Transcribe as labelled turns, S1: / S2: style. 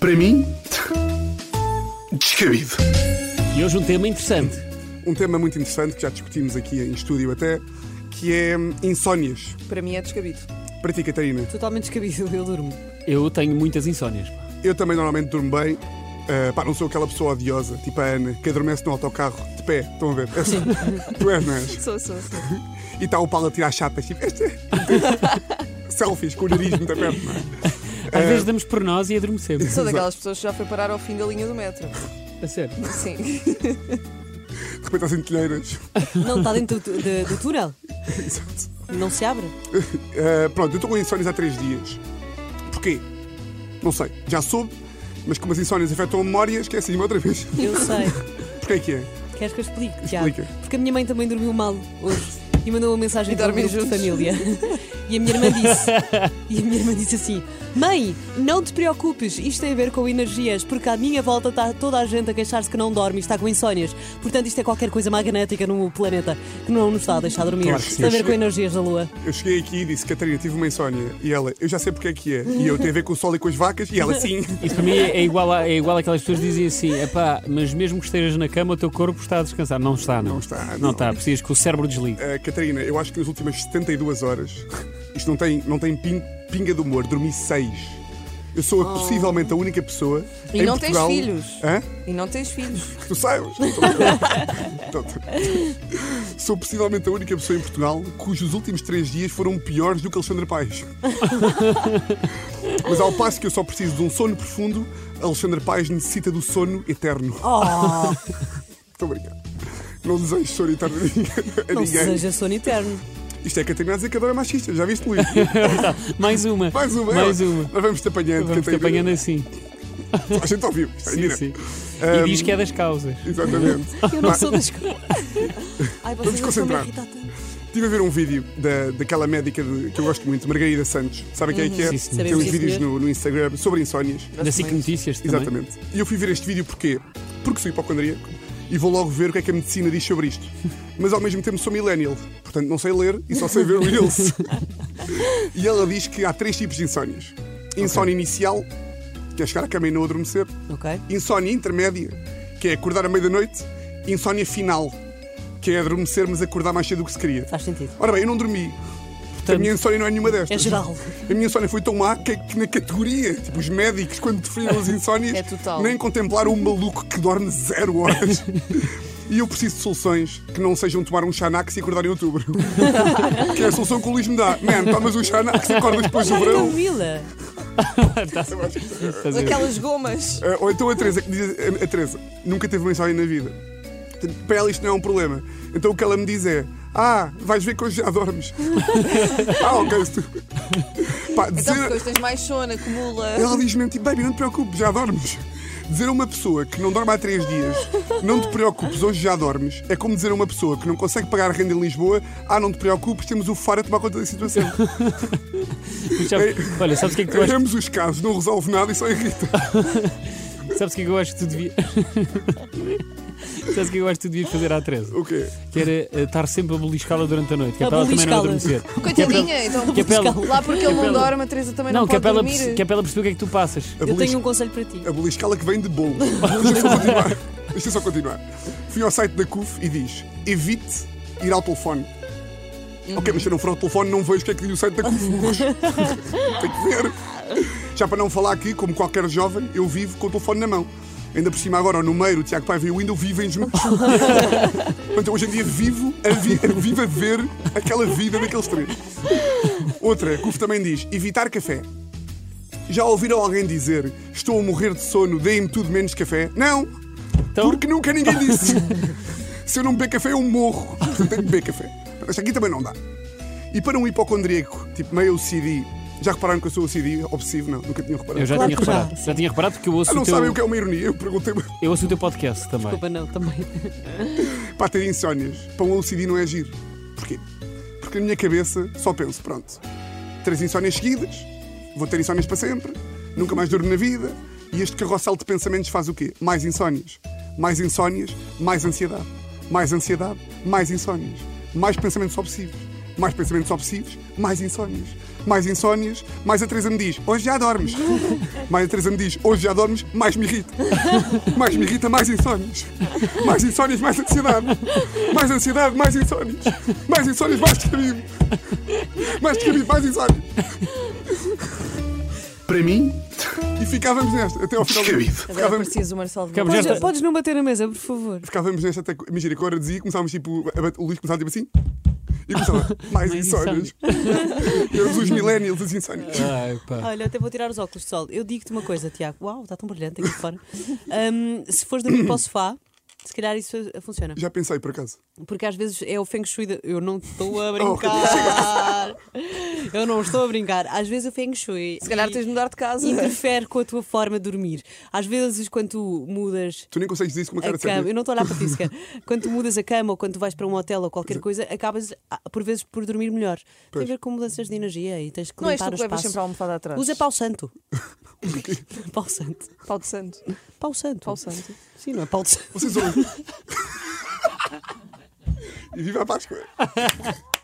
S1: Para mim, descabido.
S2: E hoje um tema interessante.
S1: Um tema muito interessante que já discutimos aqui em estúdio até, que é insónias.
S3: Para mim é descabido.
S1: Para ti, Catarina?
S4: Totalmente descabido, eu durmo.
S2: Eu tenho muitas insónias.
S1: Eu também normalmente durmo bem. Não sou aquela pessoa odiosa, tipo a Ana, que adormece no autocarro, de pé. Estão a ver? Sim. Tu és, não és?
S3: Sou.
S1: E está o Paulo a tirar chapas, tipo, selfies com o nariz muito perto, não é?
S2: Às vezes damos por nós e adormecemos.
S3: Sou daquelas pessoas que já foi parar ao fim da linha do metro.
S2: A sério.
S3: Sim.
S1: De repente há centelheiras.
S4: Não, está dentro do túnel.
S1: Exato.
S4: Não se abre.
S1: Pronto, eu estou com insónias há 3 dias. Porquê? Não sei, já soube, mas como as insónias afetam a memória, esqueci-me outra vez.
S4: Eu sei.
S1: Porquê que é?
S4: Queres que eu explique? Já.
S1: Explica.
S4: Porque a minha mãe também dormiu mal hoje e mandou uma mensagem
S3: E
S4: para o
S3: dormem
S4: grupo de
S3: juntos.
S4: família. E a minha irmã disse assim: Mãe, não te preocupes, isto tem a ver com energias, porque à minha volta está toda a gente a queixar-se que não dorme e está com insónias. Portanto, isto é qualquer coisa magnética no planeta que não nos está a deixar dormir.
S2: Claro que
S4: Isto tem a ver
S1: sim.
S4: com energias da Lua.
S1: Eu cheguei aqui e disse, Catarina, tive uma insónia. E ela, eu já sei porque é que é. E eu, tem a ver com o sol e com as vacas? E ela, sim.
S2: Isso para mim é igual àquelas pessoas que dizem assim: epá, mas mesmo que estejas na cama, o teu corpo está a descansar. Não está, não.
S1: Não está,
S2: Não está, precisas que o cérebro desligue.
S1: Catarina, eu acho que nas últimas 72 horas, isto não tem pinga de humor, dormi 6. Eu sou possivelmente a única pessoa
S3: E
S1: em
S3: não
S1: Portugal...
S3: tens filhos.
S1: Hã?
S3: E não tens filhos.
S1: Tu sabes? Sou possivelmente a única pessoa em Portugal cujos últimos 3 dias foram piores do que Alexandre Paes. Mas ao passo que eu só preciso de um sono profundo, Alexandre Paes necessita do sono eterno. Estou a brincar. Não desejo sono eterno a
S4: Não
S1: ninguém.
S4: seja sono eterno.
S1: Isto é que a Catarina a dizer que adora machista. Já viste, Luís?
S2: Mais uma.
S1: Mais uma.
S2: Mais uma.
S1: Nós vamos-te apanhando.
S2: Vamos te
S1: Catarina.
S2: apanhando assim.
S1: A gente ouviu. Está em
S2: Sim,
S1: direto.
S2: sim. E diz que é das causas.
S1: Exatamente.
S4: Eu não sou das coisas. Ai,
S1: Vamos
S4: vocês
S1: concentrar.
S4: estão a me irritar tanto.
S1: Estive a ver um vídeo daquela médica que eu gosto muito, Margarida Santos. Sabem quem é que é?
S2: Sim, sim.
S1: Tem uns
S4: Sabemos,
S1: vídeos
S4: senhor.
S1: no Instagram sobre insónias.
S2: Da SIC Notícias também.
S1: Exatamente. E eu fui ver este vídeo porquê? Porque sou hipocondríaco e vou logo ver o que é que a medicina diz sobre isto. Mas ao mesmo tempo sou millennial, portanto não sei ler e só sei ver Reels. E ela diz que há 3 tipos de insónias. Insónia inicial, que é chegar à cama e não adormecer.
S4: Ok.
S1: Insónia intermédia, que é acordar à meia da noite. Insónia final, que é adormecer mas acordar mais cedo do que se queria.
S4: Faz sentido.
S1: Ora bem, eu não dormi. A minha insónia não é nenhuma destas.
S4: É geral.
S1: A minha insónia foi tão má que na categoria, tipo, os médicos, quando definiram as insónias,
S3: É total.
S1: nem contemplaram um maluco que dorme 0 horas. E eu preciso de soluções que não sejam tomar um Xanax e acordar em outubro. Que é a solução que o Luís me dá. Man, tomas um Xanax e acordas depois do
S4: Ai,
S1: verão.
S4: Camila.
S2: Estás a ver?
S3: Aquelas gomas.
S1: Ou então a Teresa, que diz, a Teresa nunca teve uma insónia na vida. Portanto, para ela isto não é um problema. Então o que ela me diz é: vais ver que hoje já dormes. Ok. Pá,
S3: Então porque hoje tens mais sono, acumula.
S1: Ela diz mesmo tipo, baby, não te preocupes, já dormes. Dizer a uma pessoa que não dorme há 3 dias, não te preocupes, hoje já dormes, é como dizer a uma pessoa que não consegue pagar a renda em Lisboa, não te preocupes, temos o Faro a tomar conta da situação.
S2: Olha, sabes o que é que tu
S1: Em
S2: achas?
S1: ambos os casos não resolve nada e só irrita.
S2: Sabes o que é que eu acho que tu devias. Sabes o que eu acho que tu devias fazer à Teresa?
S1: O quê?
S2: Que era estar sempre a beliscá-la durante a noite, que é para ela também não
S4: beliscá-la.
S2: adormecer.
S3: Coitadinha, então.
S2: Que é para ela-
S3: Lá porque ele
S2: que é
S3: não
S2: para ela-
S3: dorme, a Teresa também
S2: Não,
S3: não
S2: que é
S3: pode
S2: para ela
S3: dormir.
S2: que é para ela perceber o que é que tu passas.
S4: Eu tenho um conselho para ti.
S1: A beliscala que vem de bolo. Deixa só continuar. Deixa só continuar. Fui ao site da CUF e diz: evite ir ao telefone. Ok, mas se eu não for ao telefone, não vejo o que é que diz o site da CUF. Tem que ver. Já para não falar que, como qualquer jovem, eu vivo com o telefone na mão. Ainda por cima agora, o número, o Tiago Paiva e o Window vivem juntos. Portanto, hoje em dia vivo a ver aquela vida daqueles 3. Outra, a CUF também diz: evitar café. Já ouviram alguém dizer: estou a morrer de sono, deem-me tudo menos café? Não!
S2: Então,
S1: Porque nunca ninguém disse. Se eu não beber café, eu morro. Eu tenho que beber café. Esta aqui também não dá. E para um hipocondríaco, tipo meio OCD, já repararam que eu sou OCD? Obsessivo? Não, nunca tinham reparado.
S2: eu já
S4: Claro
S2: tinha
S4: que já.
S2: reparado. Já tinha reparado porque eu ouço
S1: Não
S2: o teu.
S1: sabem o que é uma ironia? Eu perguntei-me.
S2: Eu ouço o teu podcast também.
S4: Desculpa, não, também.
S1: Para ter insónias, para um OCD não é giro. Porquê? Porque na minha cabeça só penso: pronto, 3 insónias seguidas, vou ter insónias para sempre, nunca mais durmo na vida. E este carrossel de pensamentos faz o quê? Mais insónias. Mais insónias, mais ansiedade. Mais ansiedade, mais insónias. Mais pensamentos obsessivos. Mais pensamentos obsessivos, mais insónias. mais insónias. Mais a Teresa me diz, hoje já dormes. Mais a Teresa me diz, hoje já dormes, mais me irrita. Mais me irrita, mais insónias. Mais insónias, mais ansiedade. Mais ansiedade, mais insónias. Mais insónias, mais descabido. Mais descabido, mais insónias.
S5: Para mim,
S1: E ficávamos nesta até ao final do
S5: descabido.
S3: Agora
S1: Ficávamos,
S3: parecias o Marcelo de
S2: Ficamos
S3: Moura.
S2: nesta-
S4: Podes não bater na mesa, por favor.
S1: ficávamos nesta até. Imagina, que a hora dizia, começávamos tipo. O Luís começava tipo assim. E começava, mais insónias. Éramos os millennials, as insónias.
S2: Ai, pá.
S4: Olha, até vou tirar os óculos de sol. Eu digo-te uma coisa, Tiago. Uau, está tão brilhante aqui fora. Se fores dormir para o sofá, se calhar isso funciona.
S1: Já pensei, por acaso.
S4: Porque às vezes é o feng shui. Eu não estou a brincar. Eu não estou a brincar. Às vezes o feng shui.
S3: Se calhar tens de mudar de casa.
S4: interfere com a tua forma de dormir. Às vezes, quando tu mudas
S1: Tu nem consegues dizer isso com uma cara
S4: a
S1: de sério.
S4: cama, eu não estou a olhar para ti sequer. Quando tu mudas a cama ou quando tu vais para um hotel ou qualquer coisa, acabas por vezes por dormir melhor. Tem
S1: Pois.
S4: a ver com mudanças de energia e tens que
S3: Não és tu
S4: limpar o
S3: que levas
S4: espaço.
S3: sempre a almofada atrás.
S4: Usa pau santo. Pau santo.
S3: Pau de santo.
S4: Pau santo.
S3: Pau santo.
S4: Sim, não é pau de santo.
S1: Vocês ouvem. E viva a Páscoa!